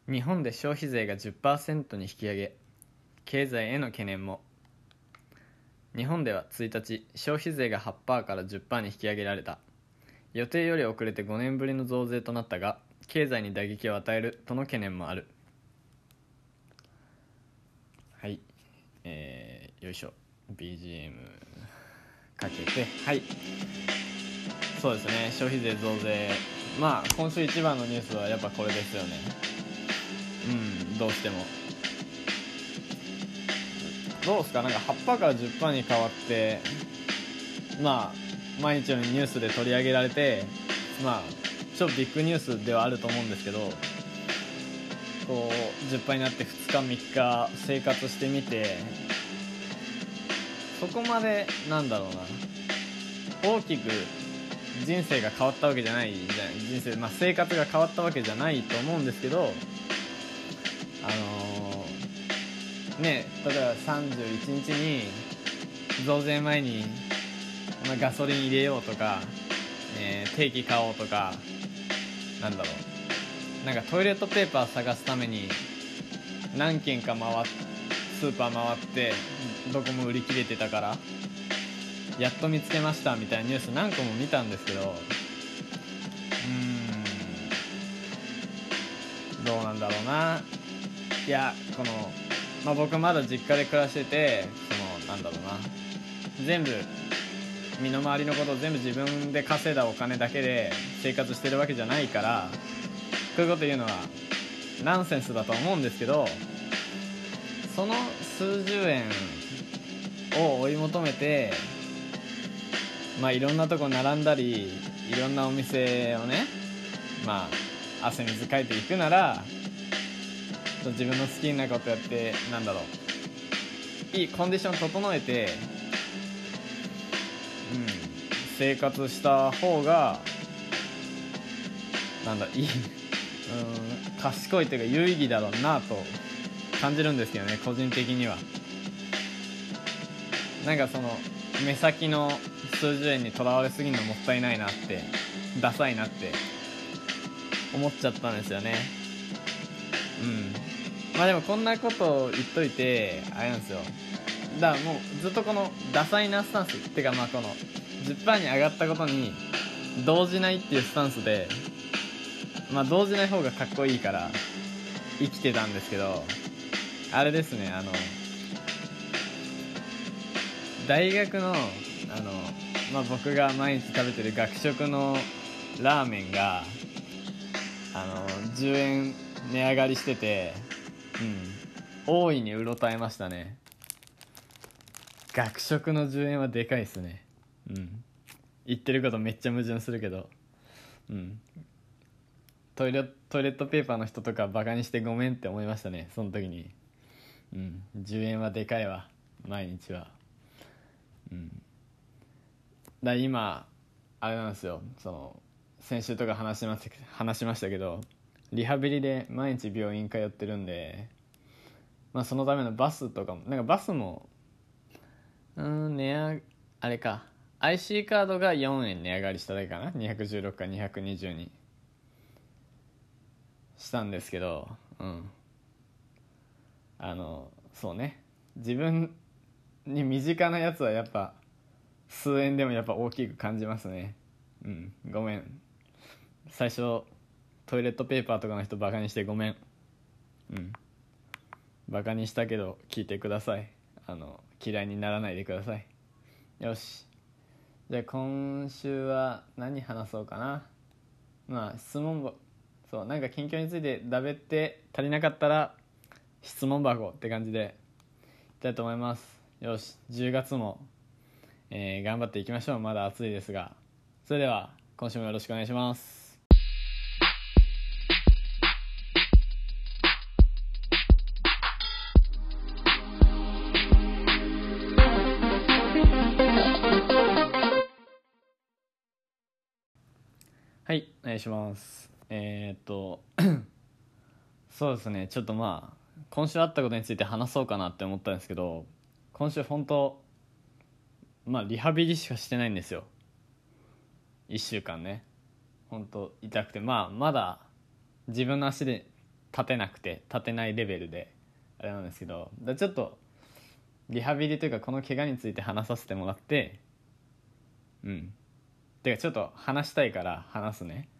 日本で消費税が 10% に引き上げ、経済への懸念も。日本では1日、消費税が 8% から 10% に引き上げられた。予定より遅れて5年ぶりの増税となったが、経済に打撃を与えるとの懸念もある。はい、よいしょ、 BGM かけて、はい、そうですね、消費税増税、今週一番のニュースはやっぱこれですよね。どうしてもどうですか、なんか8%から 10% に変わって、毎日のようにニュースで取り上げられて、超ビッグニュースではあると思うんですけど、こう10%になって2日3日生活してみて、そこまで大きく人生が変わったわけじゃない生活が変わったわけじゃないと思うんですけど、例えば31日に増税前に、ガソリン入れようとか、定期買おうとか、トイレットペーパー探すために何軒かスーパー回ってどこも売り切れてたからやっと見つけましたみたいなニュース何個も見たんですけど、どうなんだろうな。いや、僕まだ実家で暮らしてて、全部身の回りのことを全部自分で稼いだお金だけで生活してるわけじゃないから、こういうこと言うのはナンセンスだと思うんですけど、その数十円を追い求めて、いろんなとこ並んだり、いろんなお店をね、汗水かいていくなら、自分の好きなことやって、いいコンディション整えて、生活した方がいい賢いというか有意義だろうなと感じるんですけどね、個人的には。目先の数十円にとらわれすぎるのもったいないなって、ダサいなって思っちゃったんですよね。でもこんなことを言っといてあれなんですよ。だからもうずっとこのダサいなスタンスってか、この 10% に上がったことに動じないっていうスタンスで、動じない方がかっこいいから生きてたんですけど、あれですね、大学の僕が毎日食べてる学食のラーメンが10円値上がりしてて、大いにうろたえましたね。学食の10円はでかいっすね。言ってることめっちゃ矛盾するけど、トイレットペーパーの人とかバカにしてごめんって思いましたね、その時に。10円はでかいわ、毎日は。今あれなんですよ、先週とか話しましたけど、リハビリで毎日病院通ってるんで、そのためのバスとかもバスもあれか、 IC カードが4円値上がりしただけかな、216か220にしたんですけど、そうね、自分に身近なやつはやっぱ数円でもやっぱ大きく感じますね。ごめん、最初トイレットペーパーとかの人バカにしてごめん。バカにしたけど聞いてください。嫌いにならないでください。よし、じゃあ今週は何話そうかな。質問箱、近況についてだべって足りなかったら質問箱って感じでいきたいと思います。よし、10月も、頑張っていきましょう。まだ暑いですが。それでは今週もよろしくお願いします。はい、お願いします。そうですね、ちょっと今週あったことについて話そうかなって思ったんですけど、今週本当リハビリしかしてないんですよ。1週間ね、本当痛くて、まだ自分の足で立てないレベルであれなんですけど、ちょっとリハビリというかこの怪我について話させてもらって、てかちょっと話したいから話すね。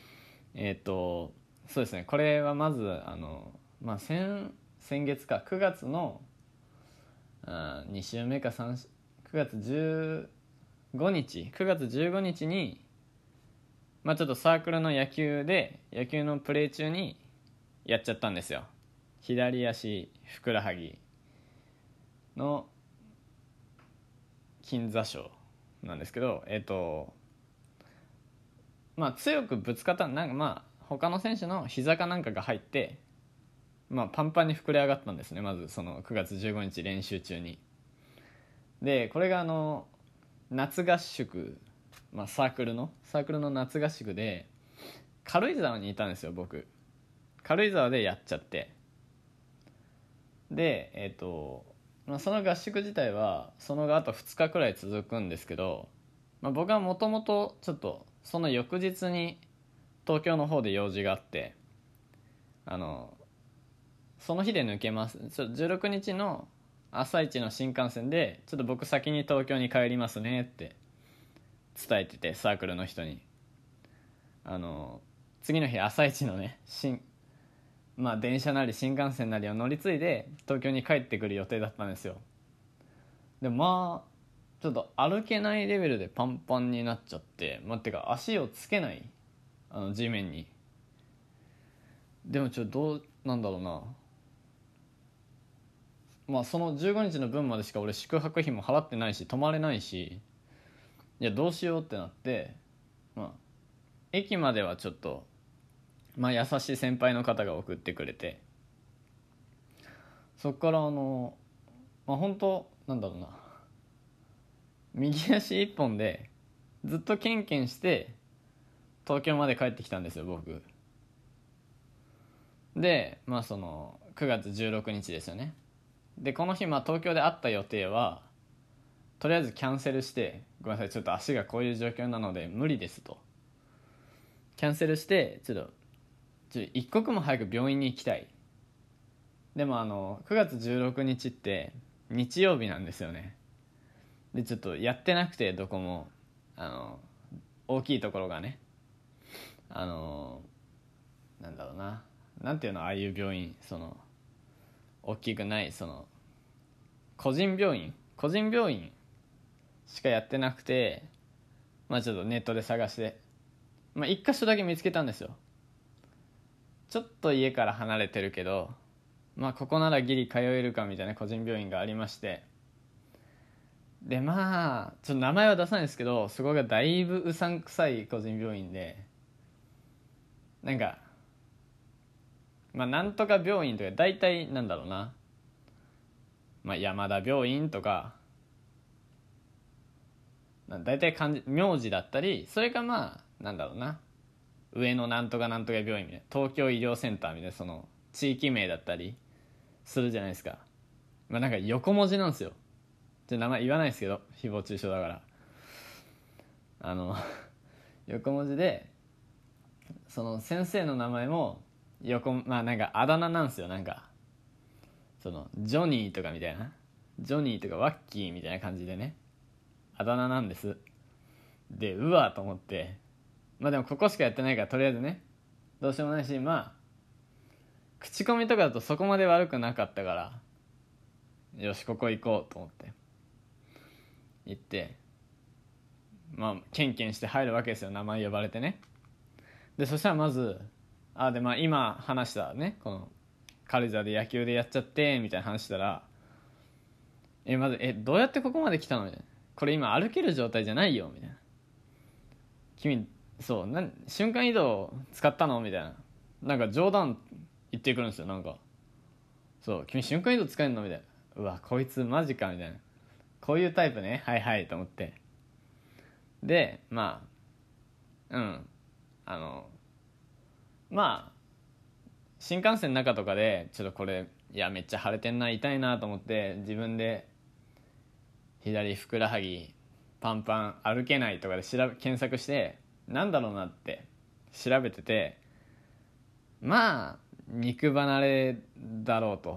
そうですね、これはまず先月か9月の2週目か9月15日にちょっとサークルの野球のプレー中にやっちゃったんですよ。左足ふくらはぎの筋挫傷なんですけど、強くぶつかった他の選手の膝かなんかが入ってパンパンに膨れ上がったんですね。まずその9月15日練習中に。でこれが夏合宿、サークルの夏合宿で軽井沢にいたんですよ。僕軽井沢でやっちゃって、でその合宿自体はその後あと2日くらい続くんですけど、僕はもともとちょっとその翌日に東京の方で用事があって、その日で抜けます。16日の朝一の新幹線でちょっと僕先に東京に帰りますねって伝えてて、サークルの人に次の日朝一のね電車なり新幹線なりを乗り継いで東京に帰ってくる予定だったんですよ。でちょっと歩けないレベルでパンパンになっちゃって、てか足をつけない地面に。でもどうなんだろうな、その15日の分までしか俺宿泊費も払ってないし泊まれないし、いやどうしようってなって、駅まではちょっと優しい先輩の方が送ってくれて、そっから本当なんだろうな、右足一本でずっとケンケンして東京まで帰ってきたんですよ僕で。その9月16日ですよね。でこの日東京で会った予定はとりあえずキャンセルして、ごめんなさいちょっと足がこういう状況なので無理ですとキャンセルして、ちょっと一刻も早く病院に行きたい。でも9月16日って日曜日なんですよね。でちょっとやってなくてどこも大きいところがね、なんだろうな、なんていうのああいう病院、大きくない個人病院しかやってなくて、ちょっとネットで探して一箇所だけ見つけたんですよ。ちょっと家から離れてるけどここならギリ通えるかみたいな個人病院がありまして、でちょっと名前は出さないですけど、そこがだいぶうさんくさい個人病院で、なんとか病院とか大体なんだろうな、山田病院とか大体名字だったり、それかなんだろうな、上野なんとかなんとか病院みたいな、東京医療センターみたいなその地域名だったりするじゃないですか。横文字なんですよ。名前言わないですけど誹謗中傷だから横文字で、その先生の名前もあだ名なんですよ。そのジョニーとかみたいな、ジョニーとかワッキーみたいな感じでね、あだ名なんです。でうわと思って、でもここしかやってないからとりあえずねどうしようもないし、口コミとかだとそこまで悪くなかったから、よしここ行こうと思って行って、ケンケンして入るわけですよ、名前呼ばれてね。でそしたらまず今話したね、この軽井沢で野球でやっちゃってみたいな話したら、まずどうやってここまで来たのみたいな、これ今歩ける状態じゃないよみたいな、君瞬間移動使ったのみたいな、冗談言ってくるんですよ。君瞬間移動使えんのみたいな、うわこいつマジかみたいな、こういうタイプね、はいはいと思って、で新幹線の中とかでちょっとこれめっちゃ腫れてんな、痛いなと思って自分で左ふくらはぎパンパン歩けないとかで検索してなんだろうなって調べてて、 肉離れだろうと。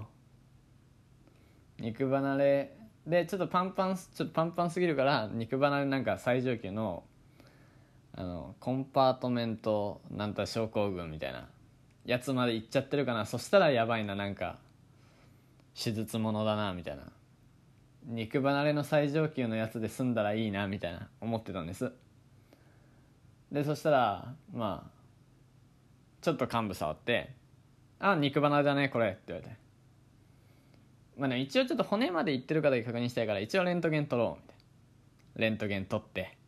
肉離れでちょっとパンパンすぎるから、肉離れなんか最上級のコンパートメントなんた症候群みたいなやつまで行っちゃってるかな。そしたらやばいな、なんか手術ものだなみたいな。肉離れの最上級のやつで済んだらいいなみたいな思ってたんです。でそしたらまあちょっと幹部触って「あ、肉離れだねこれ」って言われて、まあね、一応ちょっと骨までいってるかだけ確認したいから一応レントゲン取ろうみたいな。レントゲン取って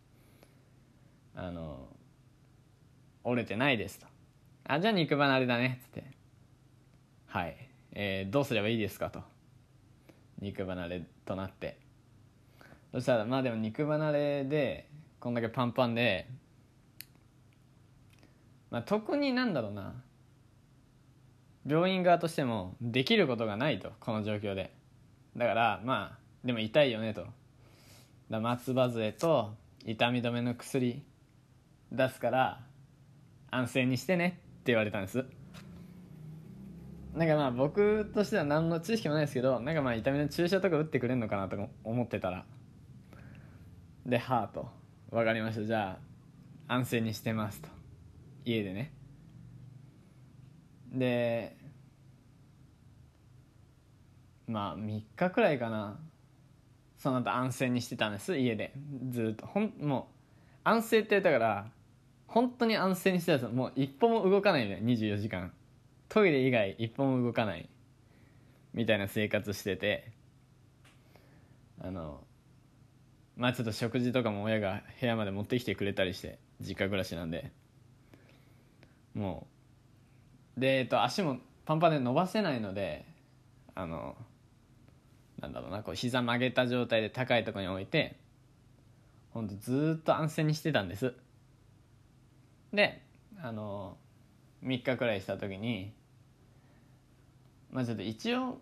折れてないですと。あ、じゃあ肉離れだねっつって、はい、どうすればいいですかと。肉離れとなって、そしたらまあでも肉離れでこんだけパンパンで、まあ特になんだろうな、病院側としてもできることがないと、この状況で。だからまあでも痛いよねと。松葉杖と痛み止めの薬出すから安静にしてねって言われたんです。なんかまあ僕としては何の知識もないですけど、なんかまあ痛みの注射とか打ってくれんのかなと思ってたら、ではぁと、分かりました、じゃあ安静にしてますと、家でね。でまあ3日くらいかな、その後安静にしてたんです、家でずっと。もう安静って言ったから本当に安静にしてたんです。もう一歩も動かないで24時間トイレ以外一歩も動かないみたいな生活してて、まあちょっと食事とかも親が部屋まで持ってきてくれたりして、実家暮らしなんで。もうで足もパンパンで伸ばせないので、なんだろうな、こう膝曲げた状態で高いところに置いてほんとずっと安静にしてたんです。で3日くらいした時に、まあちょっと一応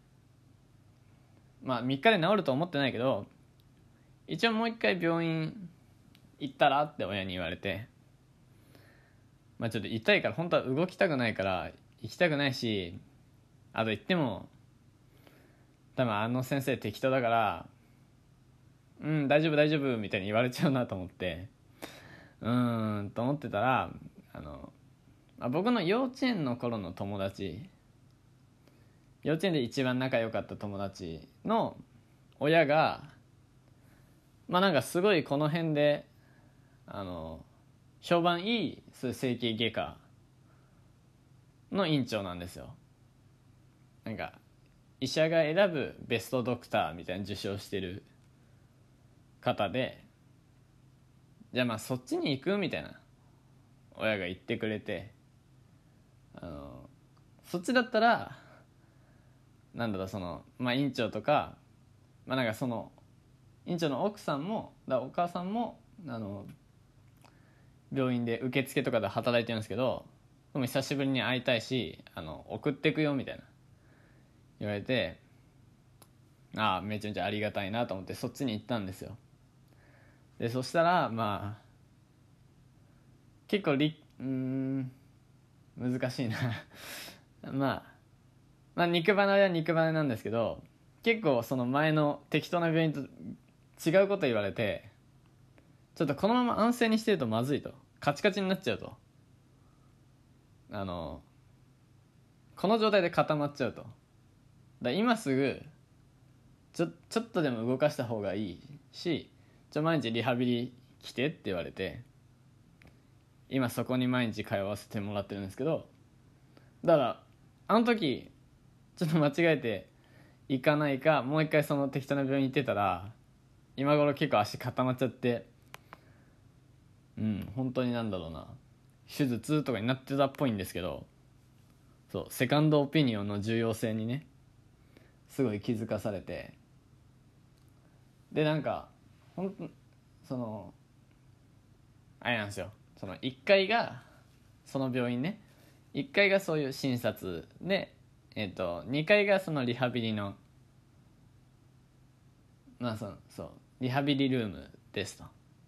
まあ3日で治ると思ってないけど、一応もう一回病院行ったらって親に言われて、まあちょっと痛いから本当は動きたくないから行きたくないし、あと行っても多分先生適当だからうん大丈夫大丈夫みたいに言われちゃうなと思って、と思ってたら、僕の幼稚園の頃の友達、幼稚園で一番仲良かった友達の親がまあなんかすごいこの辺で評判いい整形外科の院長なんですよ。なんか医者が選ぶベストドクターみたいな受賞してる方で、じゃあまあそっちに行くみたいな親が言ってくれて、そっちだったらなんだろう、まあ院長とか、まあなんか院長の奥さんもお母さんも病院で受付とかで働いてるんですけど、でも久しぶりに会いたいし送ってくよみたいな言われて、ああめちゃめちゃありがたいなと思ってそっちに行ったんですよ。でそしたらまあ結構難しいなまあ肉離れは肉離れなんですけど、結構その前の適当な病院と違うこと言われて、ちょっとこのまま安静にしてるとまずいと、カチカチになっちゃうと、この状態で固まっちゃうと、今すぐちょっとでも動かした方がいいし、毎日リハビリ来てって言われて、今そこに毎日通わせてもらってるんですけど、だからあの時ちょっと間違えて行かないか、もう一回その適当な病院行ってたら今頃結構足固まっちゃって、本当になんだろうな、手術とかになってたっぽいんですけど、そうセカンドオピニオンの重要性にねすごい気づかされて、でなんかあれなんですよ、1階がその病院ね、1階がそういう診察で、2階がそのリハビリのまあそうリハビリルームですと。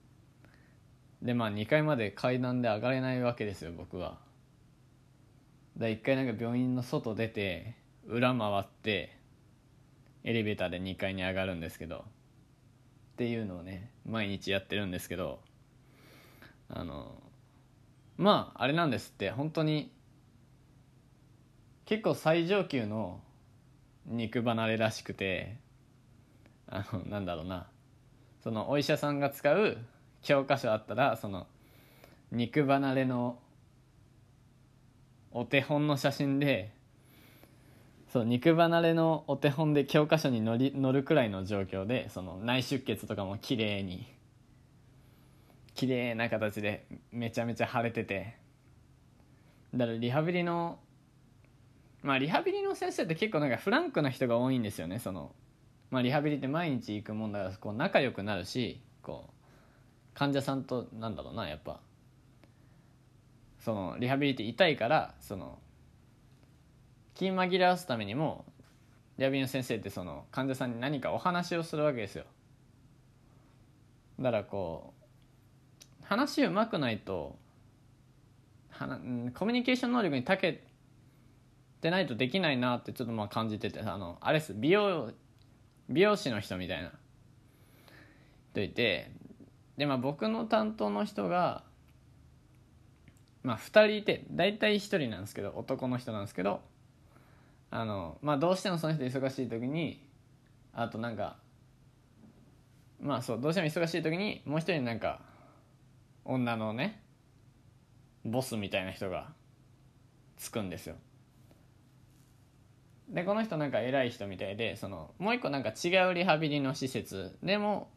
でまあ2階まで階段で上がれないわけですよ僕は。 一回なんか病院の外出て裏回ってエレベーターで2階に上がるんですけどっていうのをね毎日やってるんですけど、まああれなんですって。本当に結構最上級の肉離れらしくて、なんだろうな、そのお医者さんが使う教科書あったら、その肉離れのお手本の写真で、そう肉離れのお手本で教科書に載るくらいの状況で、その内出血とかも綺麗な形でめちゃめちゃ腫れてて、だからリハビリの先生って結構なんかフランクな人が多いんですよね。そのリハビリって毎日行くもんだから、こう仲良くなるし、こう患者さんとなんだろうな、やっぱそのリハビリって痛いから、その気紛らわすためにもリハビリの先生ってその患者さんに何かお話をするわけですよ。だからこう話うまくないとコミュニケーション能力に長けてないとできないなってちょっと感じてて、あれです、美容師の人みたいな人いて、で僕の担当の人が2人いて、大体1人なんですけど、男の人なんですけど、どうしてもその人忙しい時に、あとなんかそうどうしても忙しい時にもう一人なんか女のねボスみたいな人がつくんですよ。でこの人なんか偉い人みたいで、そのもう一個なんか違うリハビリの施設でも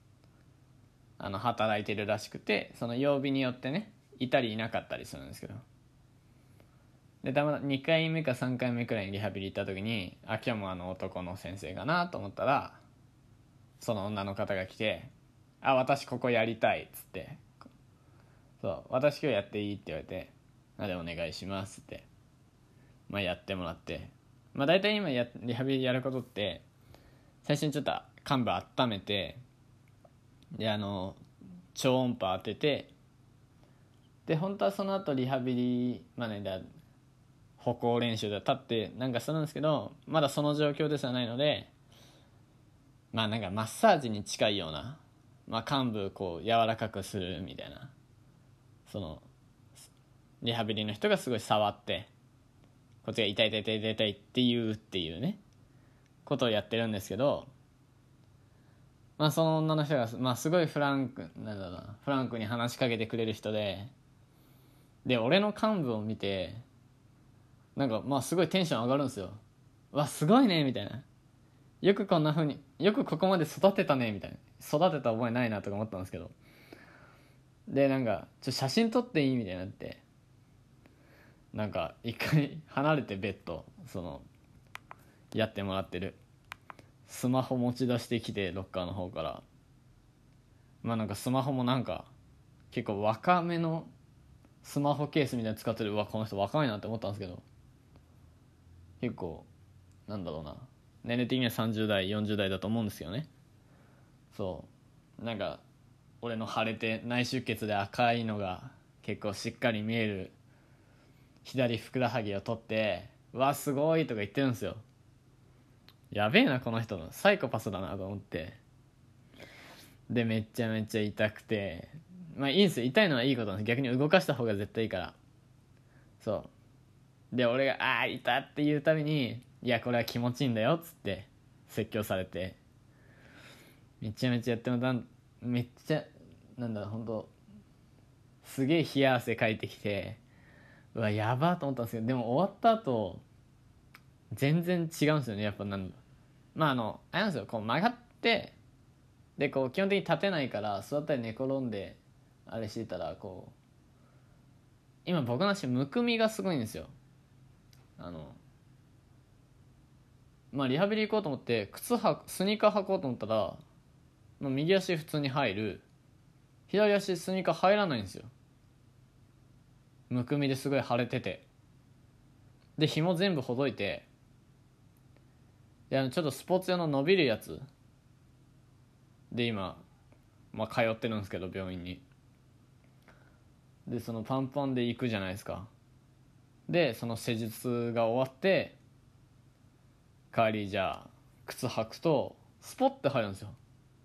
働いてるらしくて、その曜日によってねいたりいなかったりするんですけど、でたま2回目か3回目くらいにリハビリ行った時に、今日も男の先生かなと思ったら、その女の方が来て、私ここやりたいっつって、そう私今日やっていいって言われて、でお願いしますって、やってもらって、大体今リハビリやることって、最初にちょっと患部温めて、で超音波当てて、で本当はその後リハビリで歩行練習で立ってなんかするんですけど、まだその状況ではないので、なんかマッサージに近いような、患部こう柔らかくするみたいな、そのリハビリの人がすごい触ってこっちが痛い痛い痛い痛いっていうねことをやってるんですけど、その女の人がすごいフランクに話しかけてくれる人で、俺の患部を見てなんかすごいテンション上がるんですよ。わすごいねみたいな、よくこんな風によくここまで育てたねみたいな、育てた覚えないなとか思ったんですけど、でなんか写真撮っていいみたいになって、なんか一回離れてベッドやってもらってるスマホ持ち出してきて、ロッカーの方からなんかスマホもなんか結構若めのスマホケースみたいな使ってる、この人若いなって思ったんですけど、結構なんだろうな、年齢的には30代40代だと思うんですけどね。そうなんか俺の腫れて内出血で赤いのが結構しっかり見える左ふくらはぎを取って、すごいとか言ってるんですよ。やべえなこの人のサイコパスだなと思って、でめちゃめちゃ痛くて、いいんですよ、痛いのはいいことなんです。逆に動かした方が絶対いいから。そうで俺が痛って言うたびに、いやこれは気持ちいいんだよっつって説教されて、めちゃめちゃやってもめっちゃなんだ本当すげえ冷や汗かいてきて、やばーと思ったんですけど、でも終わった後全然違うんですよね。やっぱあれなんですよ、こう曲がってでこう基本的に立てないから座ったり寝転んであれしてたら、こう今僕の足むくみがすごいんですよ。リハビリ行こうと思ってスニーカー履こうと思ったら、右足普通に入る、左足スニーカー入らないんですよ。むくみですごい腫れてて、で紐全部ほどいて、でちょっとスポーツ用の伸びるやつで今、通ってるんですけど病院に。でそのパンパンで行くじゃないですか。 でその施術が終わって帰りじゃあ靴履くとスポッて入るんですよ。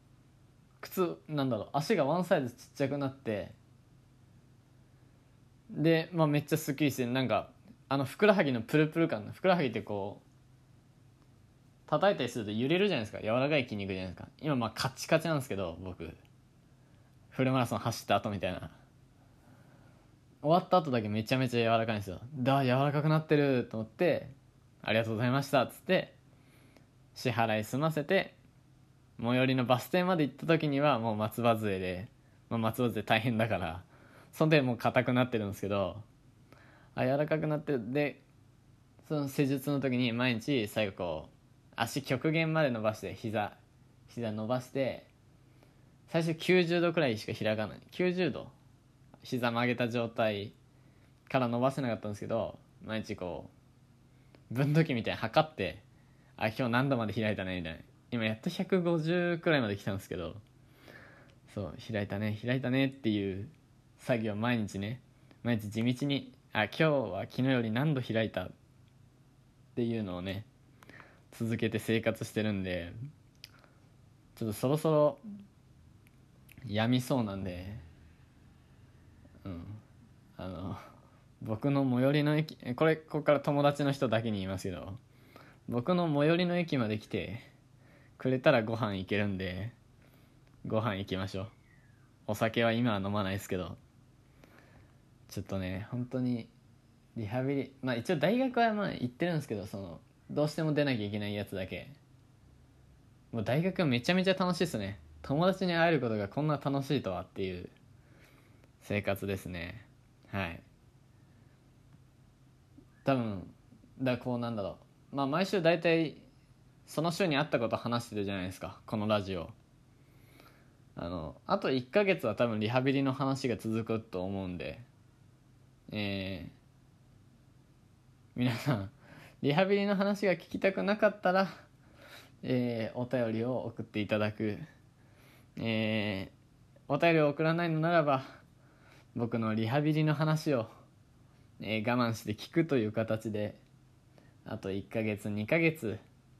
足がワンサイズちっちゃくなって、で、めっちゃスッキリして、ふくらはぎのプルプル感、ふくらはぎってこう叩いたりすると揺れるじゃないですか。柔らかい筋肉じゃないですか。今カッチカチなんですけど、僕フルマラソン走った後みたいな、終わった後だけめちゃめちゃ柔らかいんですよ。柔らかくなってると思って、ありがとうございましたっつって支払い済ませて、最寄りのバス停まで行った時にはもう松葉杖で、松葉杖大変だからそんでもう硬くなってるんですけど、柔らかくなってる。でその施術の時に毎日最後こう足極限まで伸ばして、膝伸ばして、最初90度くらいしか開かない、90度膝曲げた状態から伸ばせなかったんですけど、毎日こう分度器みたいに測って、今日何度まで開いたねみたいな、今やっと150くらいまで来たんですけど、そう開いたねっていう作業を毎日地道に、今日は昨日より何度開いたっていうのをね続けて生活してるんで、ちょっとそろそろやみそうなんで、僕の最寄りの駅、ここから友達の人だけに言いますけど、僕の最寄りの駅まで来てくれたらご飯行けるんで、ご飯行きましょう。お酒は今は飲まないですけど、ちょっとね本当にリハビリ、一応大学は行ってるんですけど、どうしても出なきゃいけないやつだけ、もう大学はめちゃめちゃ楽しいですね。友達に会えることがこんな楽しいとはっていう生活ですね。はい。多分こう毎週大体その週にあったこと話してるじゃないですか、このラジオ。あと1ヶ月は多分リハビリの話が続くと思うんで、皆さんリハビリの話が聞きたくなかったら、お便りを送っていただく、お便りを送らないのならば僕のリハビリの話を、我慢して聞くという形で、あと1ヶ月2ヶ月、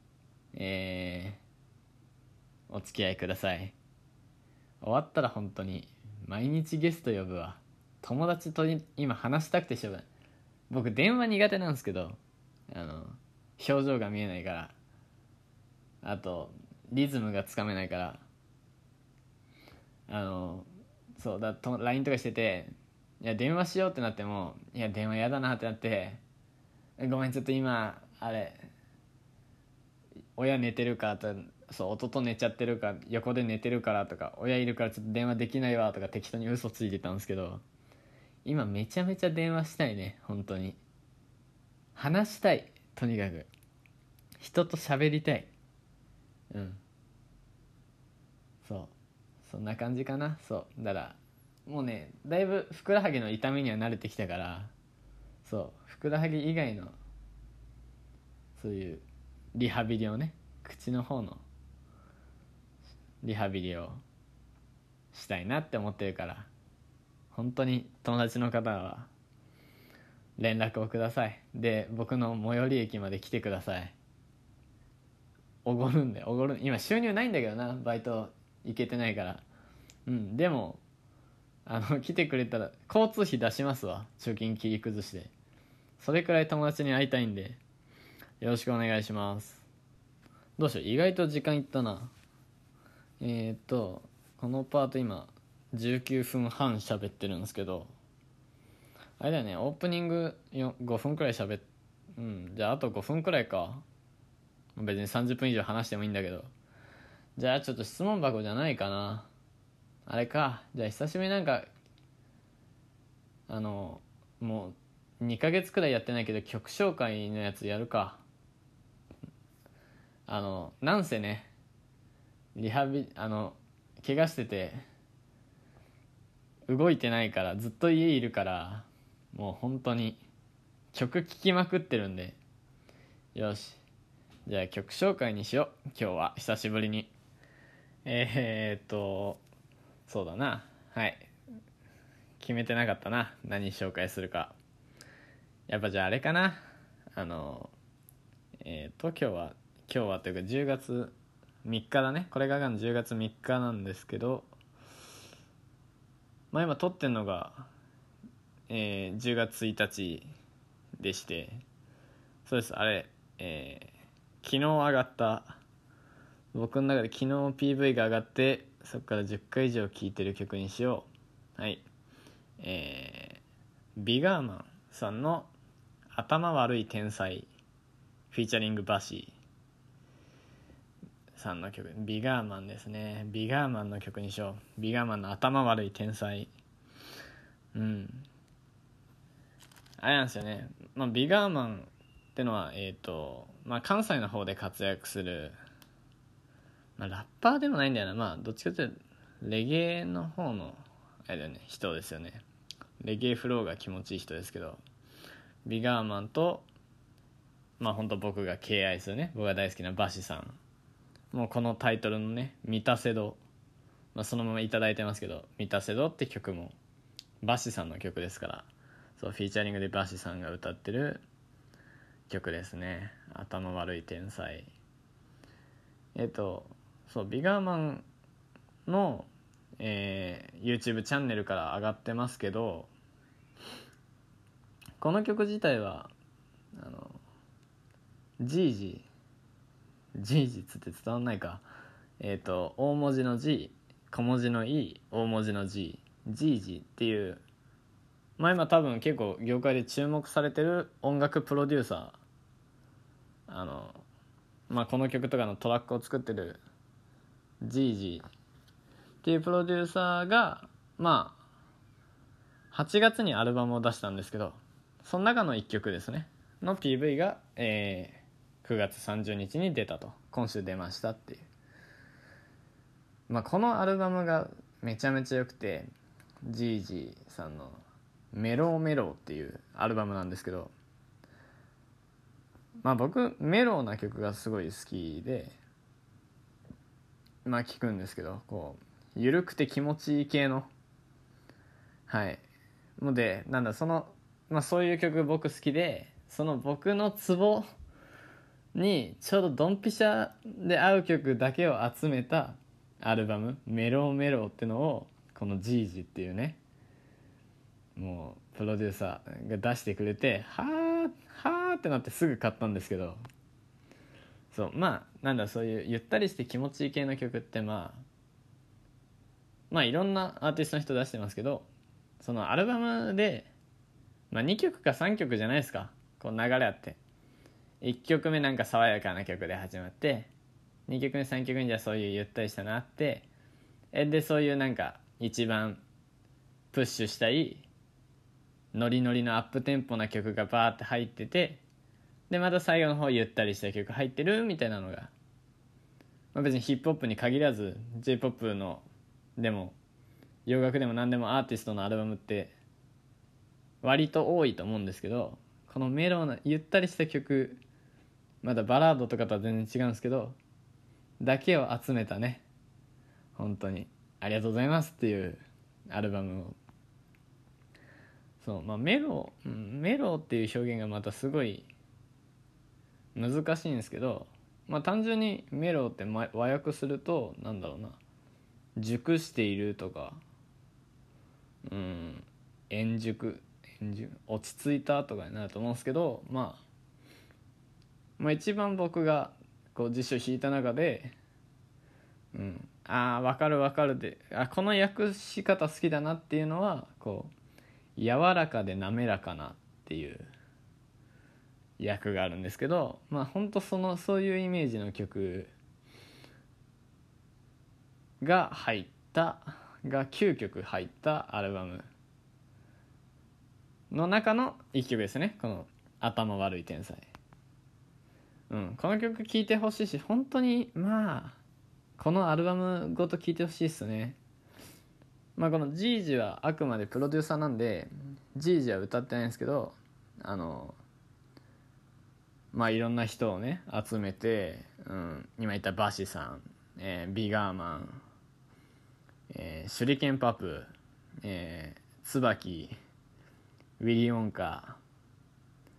お付き合いください。終わったら本当に毎日ゲスト呼ぶわ。友達と今話したくてしょうがない。僕電話苦手なんですけど、表情が見えないから、あとリズムがつかめないから、そうだと LINE とかしてて、いや電話しようってなっても、いや電話やだなってなって、ごめんちょっと今親寝てるからと、弟寝ちゃってるか横で寝てるからとか、親いるからちょっと電話できないわとか適当に嘘ついてたんですけど、今めちゃめちゃ電話したいね。本当に話したい、とにかく人と喋りたい。そうそんな感じかな。そうだからもうねだいぶふくらはぎの痛みには慣れてきたから、ふくらはぎ以外のそういうリハビリをね、口の方のリハビリをしたいなって思ってるから、本当に友達の方は連絡をください。で僕の最寄り駅まで来てください。おごるんで、今収入ないんだけどな、バイト行けてないから。でも来てくれたら交通費出しますわ、貯金切り崩して。それくらい友達に会いたいんでよろしくお願いします。どうしよう、意外と時間いったな。このパート今19分半喋ってるんですけど、あれだよね、オープニング5分くらいじゃああと5分くらいか。別に30分以上話してもいいんだけど、じゃあちょっと質問箱じゃないかな。あれか、じゃあ久しぶりにもう2ヶ月くらいやってないけど曲紹介のやつやるか。なんせね、リハビ怪我してて動いてないから、ずっと家いるから、もう本当に曲聴きまくってるんで、よしじゃあ曲紹介にしよう、今日は久しぶりに。そうだな、はい、決めてなかったな、何紹介するか。 やっぱじゃああれかな、今日はというか10月3日だね。これが10月3日なんですけど、まあ今撮ってんのが、10月1日でして、そうです、あれ、昨日上がった、僕の中で昨日 PV が上がってそこから10回以上聴いてる曲にしよう。はい、ビガーマンさんの頭悪い天才フィーチャリングバシーさんの曲、ビガーマンですね。ビガーマンの曲にしよう。ビガーマンの頭悪い天才。あれなんですよね、ビガーマンってのは関西の方で活躍する、ラッパーでもないんだよな。どっちかというとレゲエの方のあれだよね、人ですよね。レゲエフローが気持ちいい人ですけど、ビガーマンと本当僕が敬愛するね、僕が大好きなバシさん、もうこのタイトルのね、ミタセド、そのままいただいてますけど、ミタセドって曲もバシさんの曲ですから、そうフィーチャリングでバシさんが歌ってる曲ですね。頭悪い天才。そうビガーマンの、YouTube チャンネルから上がってますけど、この曲自体はジージつって伝わんないか。大文字の G、 小文字の E、 大文字の G、 ジージっていう、今多分結構業界で注目されてる音楽プロデューサー、この曲とかのトラックを作ってるジージっていうプロデューサーが8月にアルバムを出したんですけど、その中の1曲ですねの PV が、9月30日に出たと、今週出ましたっていう、このアルバムがめちゃめちゃ良くて、ジージーさんのメローメローっていうアルバムなんですけど、僕メローな曲がすごい好きで聴くんですけど、こう緩くて気持ちいい系の、はいので、そういう曲僕好きで、その僕のツボにちょうどドンピシャで合う曲だけを集めたアルバムメローメローってのを、このジージっていうね、もうプロデューサーが出してくれて、はーってなってすぐ買ったんですけど、そうそういうゆったりして気持ちいい系の曲っていろんなアーティストの人出してますけど、そのアルバムで、2曲か3曲じゃないですか、こう流れあって、1曲目なんか爽やかな曲で始まって、2曲目3曲目にじゃあそういうゆったりしたのあって、でそういうなんか一番プッシュしたいノリノリのアップテンポな曲がバーって入ってて、でまた最後の方ゆったりした曲入ってるみたいなのが、別にヒップホップに限らず J-POP のでも洋楽でも何でもアーティストのアルバムって割と多いと思うんですけど、このメロなゆったりした曲、まだバラードとかとは全然違うんですけどだけを集めたね、本当にありがとうございますっていうアルバムを、そうメロっていう表現がまたすごい難しいんですけど、単純にメロって和訳すると熟しているとか、円熟落ち着いたとかになると思うんですけど、一番僕がこう辞書引いた中で、分かる分かるで、この訳し方好きだなっていうのは、こう柔らかで滑らかなっていう訳があるんですけど、本当そういうイメージの曲が9曲入ったアルバムの中の1曲ですね、この頭悪い天才。この曲聴いてほしいし、本当にこのアルバムごと聴いてほしいっすね。このジージはあくまでプロデューサーなんで、ジージは歌ってないんですけど、いろんな人をね集めて、今言ったバシさん、ビガーマン、手裏剣パプ、椿、ウィリー・ウォンカ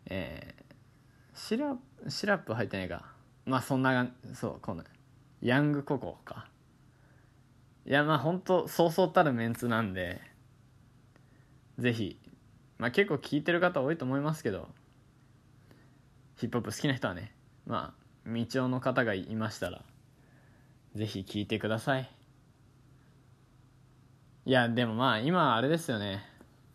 シラップ入ってないか。まあそんな、そうこのヤングココか。いやまあほんとそうそうたるメンツなんで、ぜひ、まあ結構聞いてる方多いと思いますけど、ヒップホップ好きな人はね、まあ未調の方がいましたらぜひ聞いてください。いやでもまあ今あれですよね、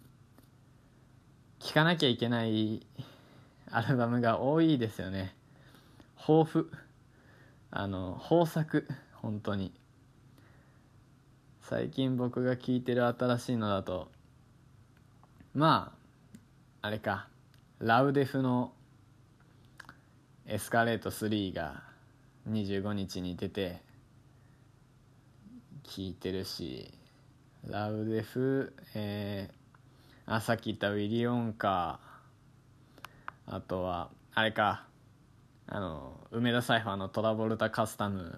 聴かなきゃいけないアルバムが多いですよね。豊富、豊作、本当に。最近僕が聴いてる新しいのだと、まああれか、ラウデフのエスカレート3が25日に出て聴いてるし、ラウデフ、さっき言ったウィリオンカー、あとはあれか、梅田サイファーのトラボルタカスタム、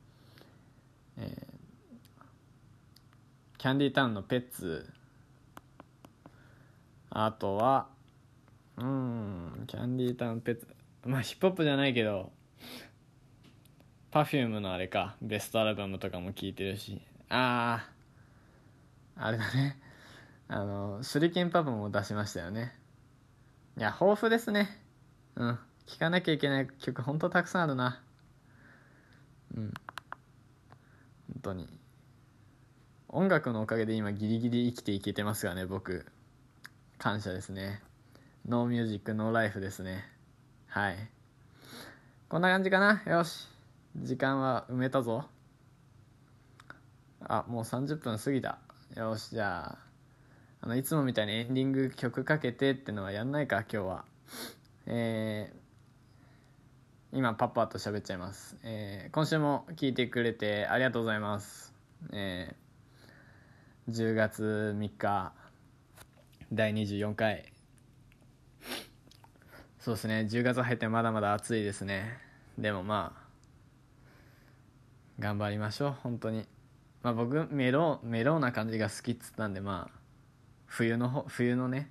キャンディータウンのペッツ、あとはキャンディータウンペッツ、まあヒップホップじゃないけどPerfumeのあれか、ベストアルバムとかも聴いてるし、あれだね、手裏剣パブも出しましたよね。いや豊富ですね。聴かなきゃいけない曲ほんとたくさんあるな。本当に音楽のおかげで今ギリギリ生きていけてますがね、僕感謝ですね。ノーミュージックノーライフですね。はい、こんな感じかな。よし、時間は埋めたぞ。もう30分過ぎた。よし、じゃあいつもみたいにエンディング曲かけてってのはやんないか今日は。今パッパッと喋っちゃいます。今週も聞いてくれてありがとうございます。10月3日第24回、そうですね、10月入ってまだまだ暑いですね。でもまあ頑張りましょう本当に。まあ僕メローな感じが好きっつったんで、まあ冬のね、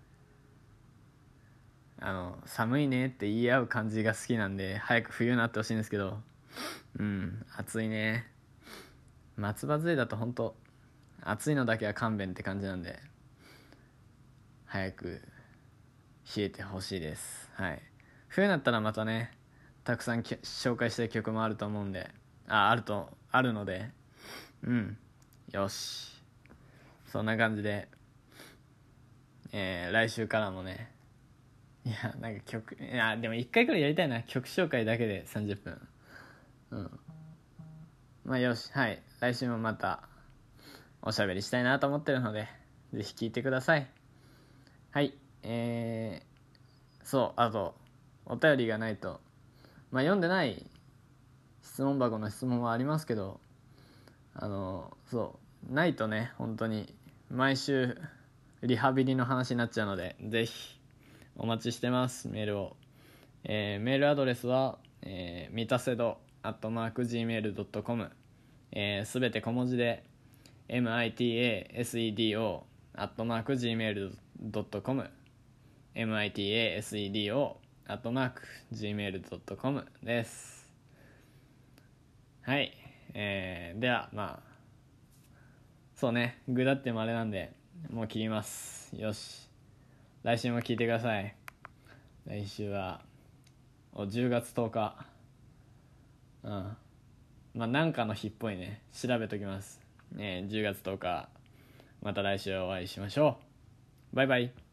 寒いねって言い合う感じが好きなんで、早く冬になってほしいんですけど、暑いね。松葉杖だと本当暑いのだけは勘弁って感じなんで、早く冷えてほしいです。はい、冬になったらまたね、たくさん紹介したい曲もあると思うんで、あるので、よし、そんな感じで、来週からもね、いやなんかでも1回くらいやりたいな、曲紹介だけで30分。まあよし、はい、来週もまたおしゃべりしたいなと思ってるので、ぜひ聞いてください。はい、そう、あとお便りがないと、読んでない質問箱の質問はありますけど、そうないとね、本当に毎週リハビリの話になっちゃうので、ぜひお待ちしてます、メールを。メールアドレスは、みたせど@gmail.com、すべて小文字で mitasedo@gmail.com mitasedo@gmail.com です。はい、ではそうね、具だってもあれなんでもう切ります。よし、来週も聞いてください。来週は10月10日、なんかの日っぽいね、調べときます。10月10日、また来週お会いしましょう。バイバイ。